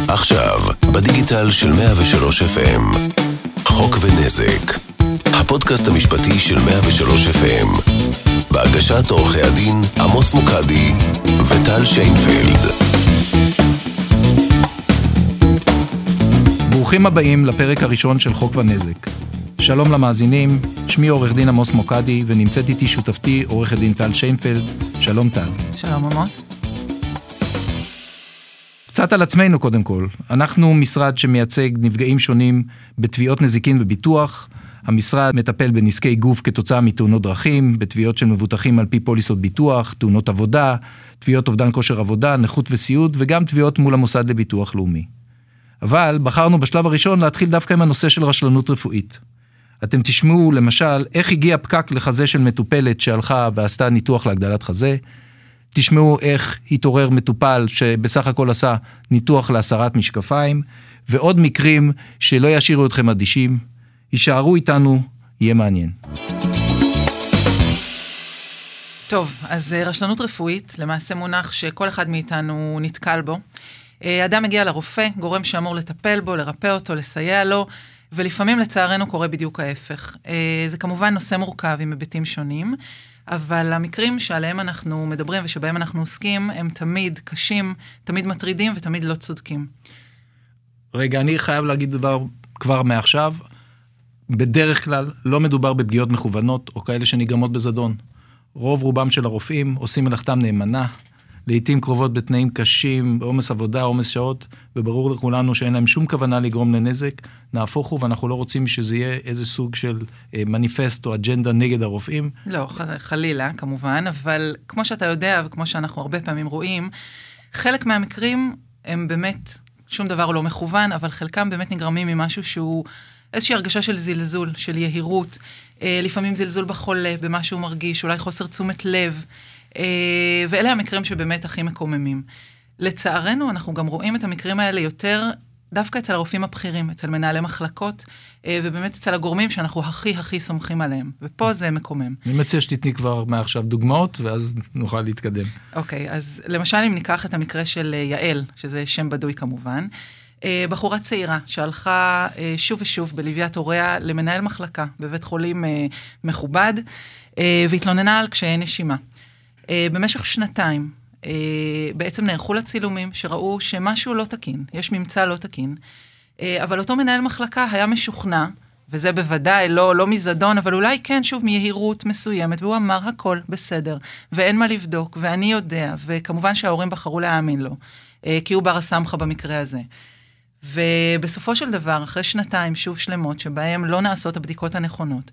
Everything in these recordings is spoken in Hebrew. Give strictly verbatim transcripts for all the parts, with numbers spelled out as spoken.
עכשיו, בדיגיטל של מאה ושלוש אף אם. חוק ונזק. הפודקאסט המשפטי של מאה ושלוש אף אם. בהגשת עורכי הדין עמוס מוקדי וטל שיינפלד. ברוכים הבאים לפרק הראשון של חוק ונזק. שלום למאזינים, שמי עורך דין עמוס מוקדי ונמצאת איתי שותפתי עורכת דין טל שיינפלד. שלום טל. שלום עמוס. קצת על עצמנו קודם כל. אנחנו משרד שמייצג נפגעים שונים בתביעות נזיקין וביטוח. המשרד מטפל בנזקי גוף כתוצאה מתאונות דרכים, בתביעות של מבוטחים על פי פוליסות ביטוח, תאונות עבודה, תביעות אובדן כושר עבודה, נכות וסיעוד, וגם תביעות מול המוסד לביטוח לאומי. אבל בחרנו בשלב הראשון להתחיל דווקא עם הנושא של רשלנות רפואית. אתם תשמעו למשל איך הגיע פקק לחזה של מטופלת שהלכה ועשתה ניתוח להגדלת חזה, תשמעו איך התעורר מטופל שבסך הכל עשה ניתוח להסרת משקפיים, ועוד מקרים שלא ישאירו אתכם אדישים. יישארו איתנו, יהיה מעניין. טוב, אז רשלנות רפואית, למעשה מונח שכל אחד מאיתנו נתקל בו. אדם מגיע לרופא, גורם שאמור לטפל בו, לרפא אותו, לסייע לו, ולפעמים לצערנו קורה בדיוק ההפך. זה כמובן נושא מורכב עם היבטים שונים, אבל המקרים שעליהם אנחנו מדברים ושבהם אנחנו עוסקים, הם תמיד קשים, תמיד מטרידים ותמיד לא צודקים. רגע, אני חייב להגיד דבר כבר מעכשיו, בדרך כלל לא מדובר בפגיעות מכוונות או כאלה שנגרמות בזדון. רוב רובם של הרופאים עושים מלאכתם נאמנה, לעתים קרובות בתנאים קשים, בעומס עבודה, עומס שעות, וברור לכולנו שאין להם שום כוונה לגרום לנזק, נהפוך הוא, ואנחנו לא רוצים שזה יהיה איזה סוג של אה, מניפסט או אג'נדה נגד הרופאים. לא, ח- חלילה, כמובן, אבל כמו שאתה יודע, וכמו שאנחנו הרבה פעמים רואים, חלק מהמקרים הם באמת, שום דבר לא מכוון, אבל חלקם באמת נגרמים ממשהו שהוא איזושהי הרגשה של זלזול, של יהירות, אה, לפעמים זלזול בחולה, במה שהוא מרגיש, אולי חוסר תשומת לב, ואלה המקרים שבאמת הכי מקוממים. לצערנו, אנחנו גם רואים את המקרים האלה יותר דווקא אצל הרופאים הבכירים, אצל מנהלי מחלקות, ובאמת אצל הגורמים שאנחנו הכי הכי סומכים עליהם. ופה זה מקומם. אני מציע שתתני כבר מעכשיו דוגמאות, ואז נוכל להתקדם. אוקיי, אז למשל אם ניקח את המקרה של יעל, שזה שם בדוי כמובן, בחורה צעירה שהלכה שוב ושוב בלוויית הוריה למנהל מחלקה בבית חולים מכובד, והתלוננה על קשיי נשימה. במשך שנתיים, בעצם נערכו לצילומים שראו שמשהו לא תקין, יש ממצא לא תקין, אבל אותו מנהל מחלקה היה משוכנע, וזה בוודאי לא, לא מזדון, אבל אולי כן שוב מיהירות מסוימת, והוא אמר הכל בסדר, ואין מה לבדוק, ואני יודע, וכמובן שההורים בחרו להאמין לו, כי הוא בר הסמכה במקרה הזה. ובסופו של דבר, אחרי שנתיים שוב שלמות, שבהם לא נעשות הבדיקות הנכונות,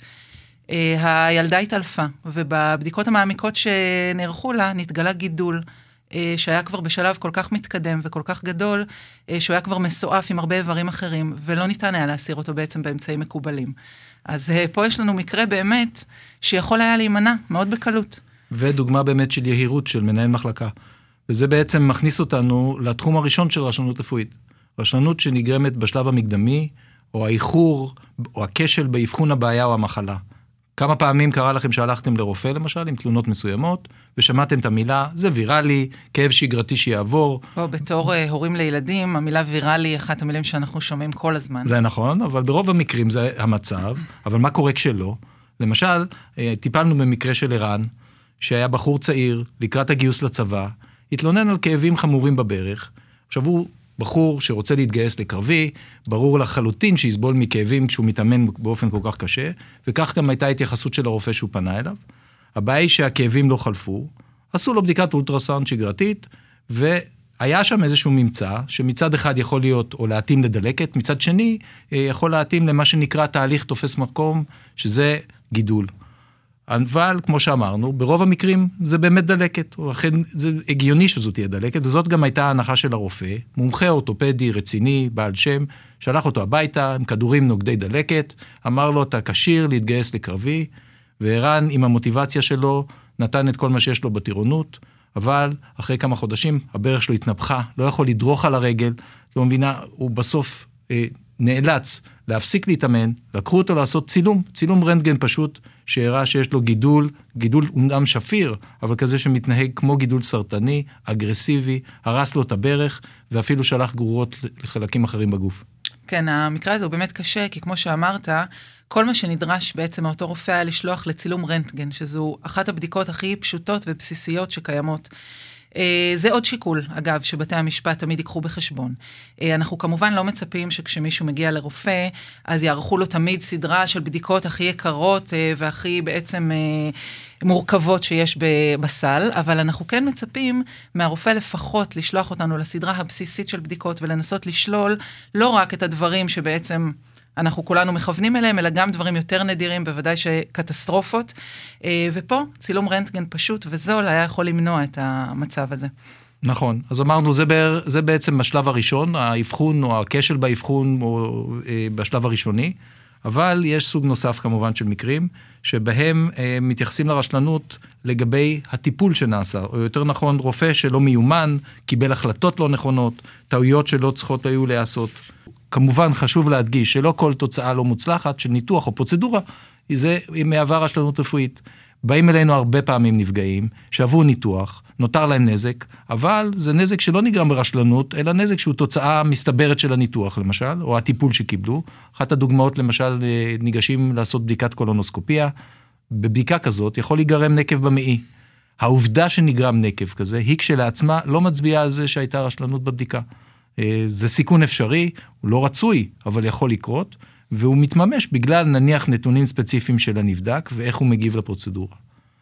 הילדה התעלפה, ובבדיקות המעמיקות שנערכו לה, נתגלה גידול, שהיה כבר בשלב כל כך מתקדם וכל כך גדול, שהוא היה כבר מסועף עם הרבה איברים אחרים, ולא ניתן היה להסיר אותו בעצם באמצעים מקובלים. אז פה יש לנו מקרה באמת, שיכול היה להימנע מאוד בקלות. ודוגמה באמת של יהירות של מנהל מחלקה. וזה בעצם מכניס אותנו לתחום הראשון של רשלנות רפואית. רשלנות שנגרמת בשלב המקדמי, או האיחור, או הכשל באבחון הבעיה או המחלה. כמה פעמים קרה לכם שהלכתם לרופא למשל, עם תלונות מסוימות, ושמעתם את המילה, זה ויראלי, כאב שגרתי שיעבור. או בתור uh, הורים לילדים, המילה ויראלי היא אחת המילים שאנחנו שומעים כל הזמן. זה נכון, אבל ברוב המקרים זה המצב, אבל מה קורה כשלא? למשל, טיפלנו במקרה של ערן, שהיה בחור צעיר, לקראת הגיוס לצבא, התלונן על כאבים חמורים בברך, עכשיו הוא בחור שרוצה להתגייס לקרבי, ברור לחלוטין שיסבול מכאבים כשהוא מתאמן באופן כל כך קשה, וכך גם הייתה התייחסות של הרופא שהוא פנה אליו. הבעיה היא שהכאבים לא חלפו, עשו לו בדיקת אולטרסאונד שגרתית, והיה שם איזשהו ממצא, שמצד אחד יכול להיות או להתאים לדלקת, מצד שני יכול להתאים למה שנקרא תהליך תופס מקום, שזה גידול. אבל, כמו שאמרנו, ברוב המקרים זה באמת דלקת, או לכן זה הגיוני שזאת תהיה דלקת, וזאת גם הייתה ההנחה של הרופא, מומחה אורתופדי, רציני, בעל שם, שלח אותו הביתה, עם כדורים נוגדי דלקת, אמר לו, אתה כשיר להתגייס לקרבי, וערן עם המוטיבציה שלו, נתן את כל מה שיש לו בטירונות, אבל אחרי כמה חודשים, הברך שלו התנפחה, לא יכול לדרוך על הרגל, לא מבינה, הוא בסוף אה, נאלץ להפסיק להתאמן, לקחו אותו לעשות צילום, צילום רנטגן פשוט, שהראה שיש לו גידול, גידול אומנם שפיר, אבל כזה שמתנהג כמו גידול סרטני, אגרסיבי, הרס לו את הברך, ואפילו שלח גרורות לחלקים אחרים בגוף. כן, המקרה הזה הוא באמת קשה, כי כמו שאמרת, כל מה שנדרש בעצם מאותו רופא היה לשלוח לצילום רנטגן, שזו אחת הבדיקות הכי פשוטות ובסיסיות שקיימות. זה עוד שיקול, אגב, שבתי המשפט תמיד ייקחו בחשבון. אנחנו כמובן לא מצפים שכשמישהו מגיע לרופא, אז יערכו לו תמיד סדרה של בדיקות הכי יקרות והכי בעצם מורכבות שיש בסל, אבל אנחנו כן מצפים מהרופא לפחות לשלוח אותנו לסדרה הבסיסית של בדיקות ולנסות לשלול לא רק את הדברים שבעצם אנחנו כולנו מכוונים אליהם, אלא גם דברים יותר נדירים, בוודאי שקטסטרופות. ופה צילום רנטגן פשוט וזול היה יכול למנוע את המצב הזה. נכון, אז אמרנו, זה, בער, זה בעצם השלב הראשון, האבחון או הכשל באבחון או אה, בשלב הראשוני, אבל יש סוג נוסף כמובן של מקרים, שבהם אה, מתייחסים לרשלנות לגבי הטיפול שנעשה, או יותר נכון, רופא שלא מיומן, קיבל החלטות לא נכונות, טעויות שלא צריכות היו לעשות. כמובן חשוב להדגיש שלא כל תוצאה לא מוצלחת של ניתוח או פרוצדורה, זה מהווה רשלנות רפואית. באים אלינו הרבה פעמים נפגעים, שעברו ניתוח, נותר להם נזק, אבל זה נזק שלא נגרם ברשלנות, אלא נזק שהוא תוצאה מסתברת של הניתוח, למשל, או הטיפול שקיבלו. אחת הדוגמאות, למשל, ניגשים לעשות בדיקת קולונוסקופיה, בבדיקה כזאת יכול להיגרם נקב במעי. העובדה שנגרם נקב כזה, היא כשלעצמה לא מצביעה על זה שהייתה רשלנות בבדיקה. זה סיכון אפשרי, הוא לא רצוי, אבל יכול לקרות, והוא מתממש בגלל נניח נתונים ספציפיים של הנבדק, ואיך הוא מגיב לפרוצדורה.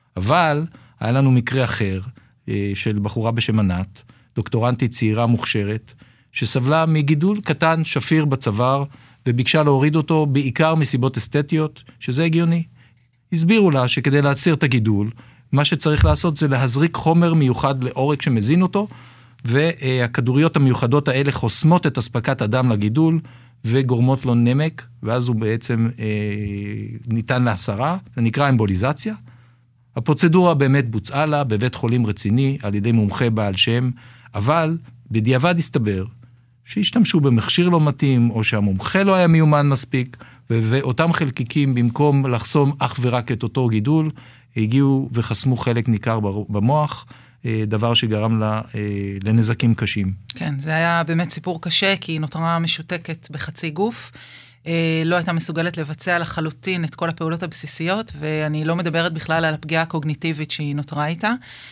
אבל היה לנו מקרה אחר, של בחורה בשם ענת, דוקטורנטית צעירה מוכשרת, שסבלה מגידול קטן, שפיר בצוואר, וביקשה להוריד אותו בעיקר מסיבות אסתטיות, שזה הגיוני. הסבירו לה שכדי להציר את הגידול, מה שצריך לעשות זה להזריק חומר מיוחד לעורק שמזין אותו, והכדוריות המיוחדות האלה חוסמות את הספקת הדם לגידול, וגורמות לו נמק, ואז הוא בעצם אה, ניתן להסרה, זה נקרא אמבוליזציה. הפרוצדורה באמת בוצעה לה בבית חולים רציני, על ידי מומחה בעל שם, אבל בדיעבד הסתבר, שהשתמשו במכשיר לא מתאים, או שהמומחה לא היה מיומן מספיק, ואותם חלקיקים, במקום לחסום אך ורק את אותו גידול, הגיעו וחסמו חלק ניכר במוח, דבר שגרם לה לנזקים קשים. כן, זה היה באמת סיפור קשה, כי היא נותרה משותקת בחצי גוף, לא הייתה מסוגלת לבצע לחלוטין את כל הפעולות הבסיסיות, ואני לא מדברת בכלל על הפגיעה הקוגניטיבית שהיא נותרה איתה.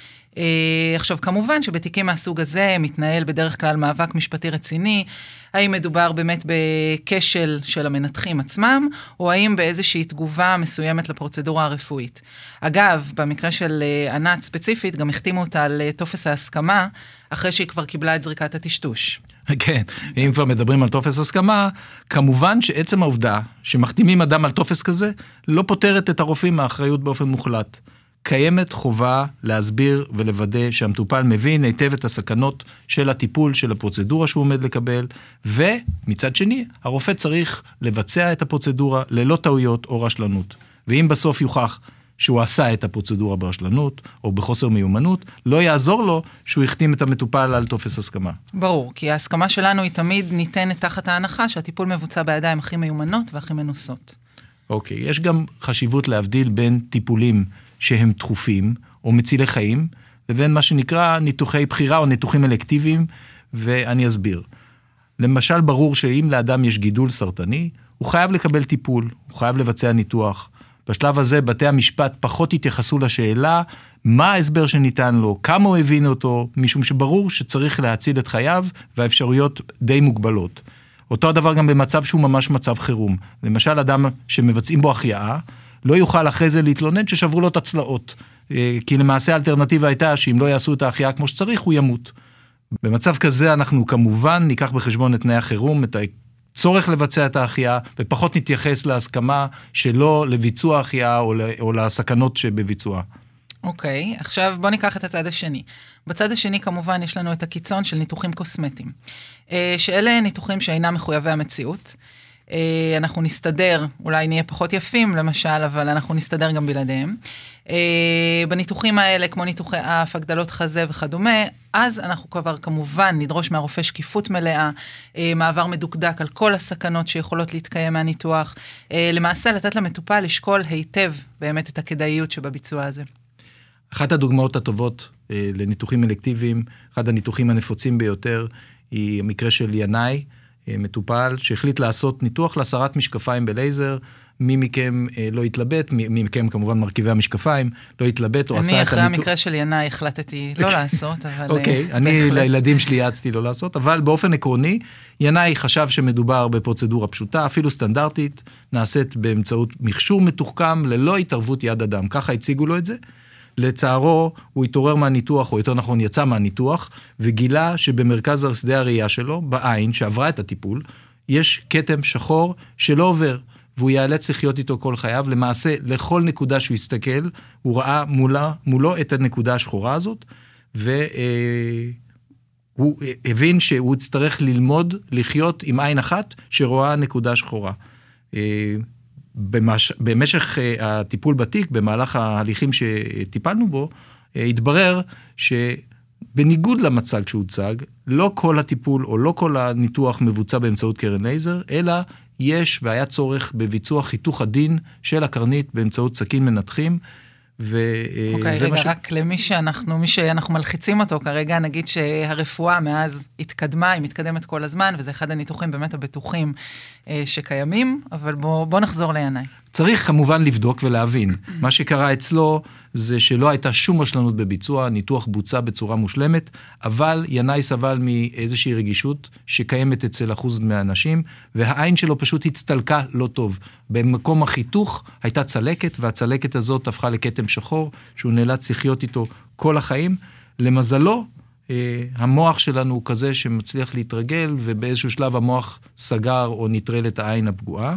עכשיו, כמובן שבתיקים מהסוג הזה מתנהל בדרך כלל מאבק משפטי רציני, האם מדובר באמת בכשל של המנתחים עצמם, או האם באיזושהי תגובה מסוימת לפרוצדורה הרפואית. אגב, במקרה של ענת ספציפית, גם החתימו אותה על טופס ההסכמה, אחרי שהיא כבר קיבלה את זריקת הטשטוש. כן, אם כבר מדברים על טופס הסכמה, כמובן שעצם העובדה שמחתימים אדם על טופס כזה, לא פותרת את הרופאים מהאחריות באופן מוחלט. קיימת חובה להסביר ולוודא שהמטופל מבין היטב את הסכנות של הטיפול, של הפרוצדורה שהוא עומד לקבל, ומצד שני, הרופא צריך לבצע את הפרוצדורה ללא טעויות או רשלנות. ואם בסוף יוכח שהוא עשה את הפרוצדורה ברשלנות או בחוסר מיומנות, לא יעזור לו שהוא החתים את המטופל על טופס הסכמה. ברור, כי ההסכמה שלנו היא תמיד ניתנת תחת ההנחה שהטיפול מבוצע בידיים הכי מיומנות והכי מנוסות. אוקיי, יש גם חשיבות להבדיל בין טיפולים שהם דחופים או מצילי חיים, לבין מה שנקרא ניתוחי בחירה או ניתוחים אלקטיביים, ואני אסביר. למשל, ברור שאם לאדם יש גידול סרטני, הוא חייב לקבל טיפול, הוא חייב לבצע ניתוח. בשלב הזה בתי המשפט פחות התייחסו לשאלה, מה ההסבר שניתן לו, כמה הוא הבין אותו, משום שברור שצריך להציל את חייו, והאפשרויות די מוגבלות. אותו הדבר גם במצב שהוא ממש מצב חירום. למשל, אדם שמבצעים בו החייאה, לא יוכל אחרי זה להתלונן ששברו לו את הצלעות. כי למעשה האלטרנטיבה הייתה שאם לא יעשו את ההחייאה כמו שצריך, הוא ימות. במצב כזה אנחנו כמובן ניקח בחשבון את תנאי החירום, את הצורך לבצע את ההחייאה, ופחות נתייחס להסכמה שלא לביצוע ההחייאה או, או לסכנות שבביצוע. אוקיי, עכשיו בוא ניקח את הצד השני. בצד השני כמובן יש לנו את הקיצון של ניתוחים קוסמטיים, שאלה ניתוחים שאינם מחויבי המציאות, אנחנו נסתדר, אולי נהיה פחות יפים למשל, אבל אנחנו נסתדר גם בלעדיהם. בניתוחים האלה, כמו ניתוחי אף, הגדלות חזה וכדומה, אז אנחנו כבר כמובן נדרוש מהרופא שקיפות מלאה, מעבר מדוקדק על כל הסכנות שיכולות להתקיים מהניתוח, למעשה לתת למטופל לשקול היטב באמת את הכדאיות שבביצוע הזה. אחת הדוגמאות הטובות לניתוחים אלקטיביים, אחד הניתוחים הנפוצים ביותר, היא המקרה של ינאי, מטופל שהחליט לעשות ניתוח להסרת משקפיים בלייזר, מי מכם לא התלבט, מי מכם כמובן מרכיבי המשקפיים, לא התלבט או עשה את הניתוח. אני אחרי המקרה של ינאי החלטתי לא לעשות, אבל... אוקיי, אני לילדים שלי יעצתי לא לעשות, אבל באופן עקרוני, ינאי חשב שמדובר בפרוצדורה פשוטה, אפילו סטנדרטית, נעשית באמצעות מכשור מתוחכם, ללא התערבות יד אדם, ככה הציגו לו את זה. לצערו, הוא התעורר מהניתוח, או יותר נכון יצא מהניתוח, וגילה שבמרכז שדה הראייה שלו, בעין שעברה את הטיפול, יש כתם שחור שלא עובר, והוא ייאלץ לחיות איתו כל חייו. למעשה, לכל נקודה שהוא הסתכל, הוא ראה מולה, מולו את הנקודה השחורה הזאת, והוא הבין שהוא יצטרך ללמוד לחיות עם עין אחת שרואה נקודה שחורה. במש... במשך הטיפול בתיק, במהלך ההליכים שטיפלנו בו, התברר שבניגוד למצג שהוצג, לא כל הטיפול או לא כל הניתוח מבוצע באמצעות קרן לייזר, אלא יש והיה צורך בביצוע חיתוך עדין של הקרנית באמצעות סכין מנתחים, אוקיי, רגע, רק למי שאנחנו, מי שאנחנו מלחיצים אותו כרגע, נגיד שהרפואה מאז התקדמה, היא מתקדמת כל הזמן, וזה אחד הניתוחים באמת הבטוחים שקיימים, אבל בוא, בוא נחזור לינאי. צריך כמובן לבדוק ולהבין. מה שקרה אצלו זה שלא הייתה שום רשלנות בביצוע, ניתוח בוצע בצורה מושלמת, אבל ינאי סבל מאיזושהי רגישות שקיימת אצל אחוז מהאנשים, והעין שלו פשוט הצטלקה לא טוב. במקום החיתוך הייתה צלקת, והצלקת הזאת הפכה לכתם שחור, שהוא נאלץ לחיות איתו כל החיים. למזלו, המוח שלנו הוא כזה שמצליח להתרגל, ובאיזשהו שלב המוח סגר או נטרל את העין הפגועה.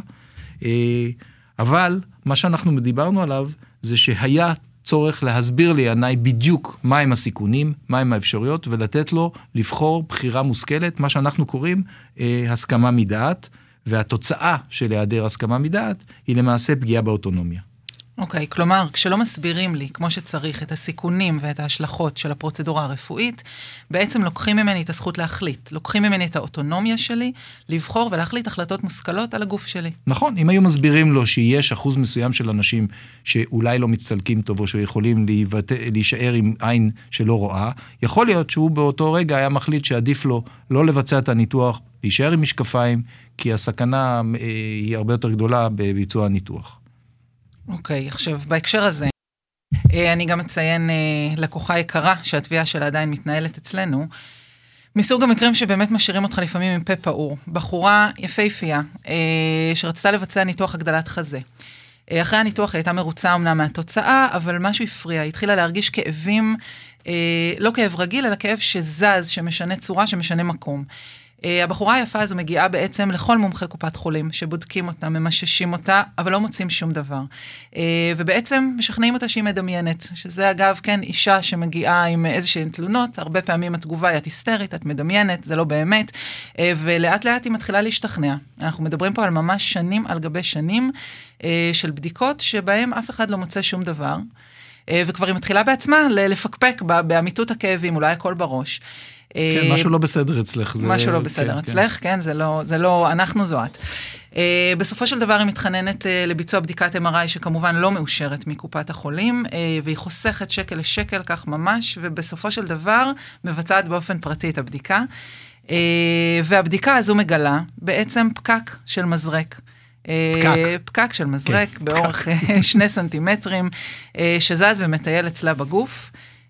אבל מה שאנחנו דיברנו עליו, זה שהיה צורך להסביר לינאי בדיוק מהם הסיכונים, מהם האפשרויות, ולתת לו לבחור בחירה מושכלת, מה שאנחנו קוראים אה, הסכמה מדעת, והתוצאה של היעדר הסכמה מדעת, היא למעשה פגיעה באוטונומיה. אוקיי, okay, כלומר, כשלא מסבירים לי, כמו שצריך, את הסיכונים ואת ההשלכות של הפרוצדורה הרפואית, בעצם לוקחים ממני את הזכות להחליט, לוקחים ממני את האוטונומיה שלי, לבחור ולהחליט החלטות מושכלות על הגוף שלי. נכון, אם היו מסבירים לו שיש אחוז מסוים של אנשים שאולי לא מצטלקים טוב, או שיכולים להיבט... להישאר עם עין שלא רואה, יכול להיות שהוא באותו רגע היה מחליט שעדיף לו לא לבצע את הניתוח, להישאר עם משקפיים, כי הסכנה היא הרבה יותר גדולה בביצוע הניתוח. אוקיי, עכשיו, בהקשר הזה, אני גם אציין לקוחה יקרה שהתביעה שלה עדיין מתנהלת אצלנו, מסוג המקרים שבאמת משאירים אותך לפעמים עם פה פעור. בחורה יפהפייה, שרצתה לבצע ניתוח הגדלת חזה. אחרי הניתוח היא הייתה מרוצה אמנם מהתוצאה, אבל משהו הפריע, היא התחילה להרגיש כאבים, לא כאב רגיל, אלא כאב שזז, שמשנה צורה, שמשנה מקום. הבחורה היפה הזו מגיעה בעצם לכל מומחי קופת חולים, שבודקים אותה, ממששים אותה, אבל לא מוצאים שום דבר. ובעצם משכנעים אותה שהיא מדמיינת, שזה אגב, כן, אישה שמגיעה עם איזושהי תלונות, הרבה פעמים התגובה היא את היסטרית, את מדמיינת, זה לא באמת, ולאט לאט היא מתחילה להשתכנע. אנחנו מדברים פה על ממש שנים על גבי שנים של בדיקות, שבהם אף אחד לא מוצא שום דבר, וכבר היא מתחילה בעצמה לפקפק באמיתות הכאבים, אולי הכל בראש. כן, משהו לא בסדר אצלך. משהו לא בסדר אצלך, כן, זה לא, זה לא, אנחנו זוהת. בסופו של דבר היא מתחננת לביצוע בדיקת אם אר איי, שכמובן לא מאושרת מקופת החולים, והיא חוסכת שקל לשקל כך ממש, ובסופו של דבר מבצעת באופן פרטי את הבדיקה, והבדיקה הזו מגלה בעצם פקק של מזרק. פקק. פקק של מזרק באורך שני סנטימטרים, שזז ומטייל אצלה בגוף,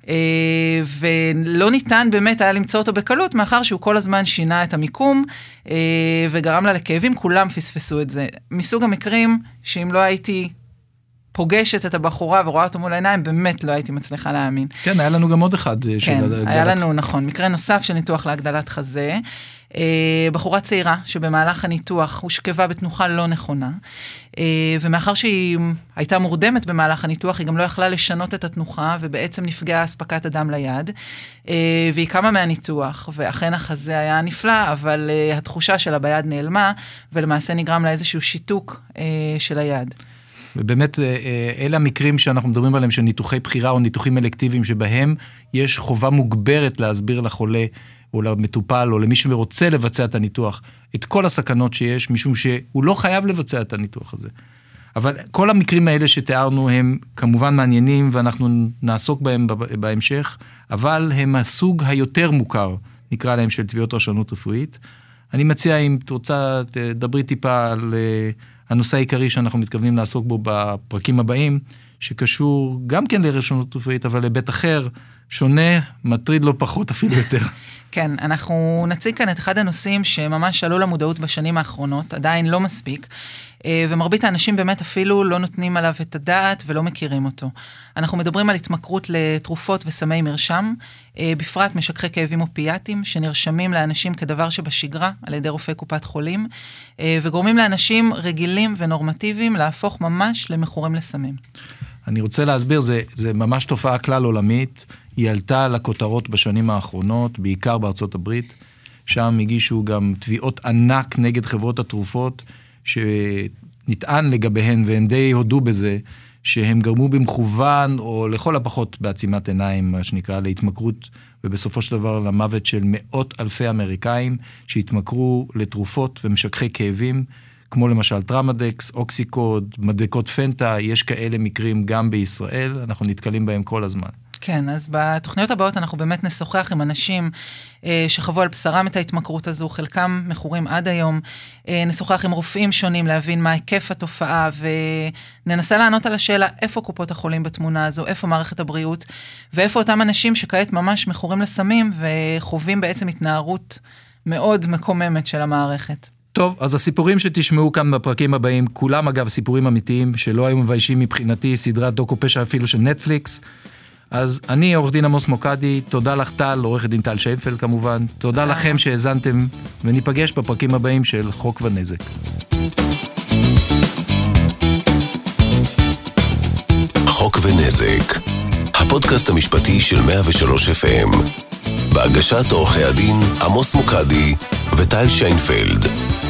ולא ניתן באמת היה למצוא אותו בקלות, מאחר שהוא כל הזמן שינה את המיקום, וגרם לה לכאבים, כולם פספסו את זה. מסוג המקרים, שאם לא הייתי פוגשת את הבחורה ורואה אותו מול העיניים, באמת לא הייתי מצליחה להאמין. כן, היה לנו גם עוד אחד. כן, של היה הגדלת... לנו, נכון, מקרה נוסף של ניתוח להגדלת חזה, בחורה צעירה שבמהלך הניתוח הושכבה בתנוחה לא נכונה, ומאחר שהיא הייתה מורדמת במהלך הניתוח, היא גם לא יכלה לשנות את התנוחה, ובעצם נפגעה אספקת הדם ליד, והיא קמה מהניתוח, ואכן החזה היה נפלא, אבל התחושה שלה ביד נעלמה, ולמעשה נגרם לה איזשהו שיתוק של היד. ובאמת, אלה המקרים שאנחנו מדברים עליהם, של ניתוחי בחירה או ניתוחים אלקטיביים, שבהם יש חובה מוגברת להסביר לחולה, או למטופל, או למי שרוצה לבצע את הניתוח, את כל הסכנות שיש, משום שהוא לא חייב לבצע את הניתוח הזה. אבל כל המקרים האלה שתיארנו הם כמובן מעניינים, ואנחנו נעסוק בהם בהמשך, אבל הם הסוג היותר מוכר, נקרא להם, של תביעות רשלנות רפואית. אני מציע, אם תרצה, תדברי טיפה על הנושא העיקרי שאנחנו מתכוונים לעסוק בו בפרקים הבאים, שקשור גם כן לרשלנות רפואית, אבל לבית אחר, שונה, מטריד לא פחות, אפילו יותר. כן, אנחנו נציג כאן את אחד הנושאים שממש עלו למודעות בשנים האחרונות, עדיין לא מספיק, ומרבית האנשים באמת אפילו לא נותנים עליו את הדעת ולא מכירים אותו. אנחנו מדברים על התמכרות לתרופות וסמי מרשם, בפרט משככי כאבים אופיאטיים, שנרשמים לאנשים כדבר שבשגרה, על ידי רופאי קופת חולים, וגורמים לאנשים רגילים ונורמטיביים להפוך ממש למכורים לסמים. אני רוצה להסביר, זה, זה ממש תופעה כלל עולמית, היא עלתה לכותרות בשנים האחרונות, בעיקר בארצות הברית, שם הגישו גם תביעות ענק נגד חברות התרופות, שנטען לגביהן, והם די הודו בזה, שהם גרמו במכוון, או לכל הפחות בעצימת עיניים, מה שנקרא, להתמכרות, ובסופו של דבר למוות של מאות אלפי אמריקאים, שהתמכרו לתרופות ומשככי כאבים, כמו למשל טרמדקס, אוקסיקוד, מדבקות פנטה, יש כאלה מקרים גם בישראל, אנחנו נתקלים בהם כל הזמן. כן, אז בתוכניות הבאות אנחנו באמת נשוחח עם אנשים אה, שחוו על בשרם את ההתמכרות הזו, חלקם מכורים עד היום, אה, נשוחח עם רופאים שונים להבין מה היקף התופעה, וננסה לענות על השאלה איפה קופות החולים בתמונה הזו, איפה מערכת הבריאות, ואיפה אותם אנשים שכעת ממש מכורים לסמים, וחווים בעצם התנערות מאוד מקוממת של המערכת. טוב, אז הסיפורים שתשמעו כאן בפרקים הבאים, כולם אגב סיפורים אמיתיים, שלא היו מביישים מבחינתי, סדרת דוקו פשע אפילו של נטפליקס. אז אני עורך דין עמוס מוקדי, תודה לך טל, עורכת דין טל שיינפלד כמובן, תודה לכם שהאזנתם, וניפגש בפרקים הבאים של חוק ונזק. חוק ונזק, הפודקאסט המשפטי של מאה ושלוש אף אם, בהגשת עורכי הדין עמוס מוקדי וטל שיינפלד.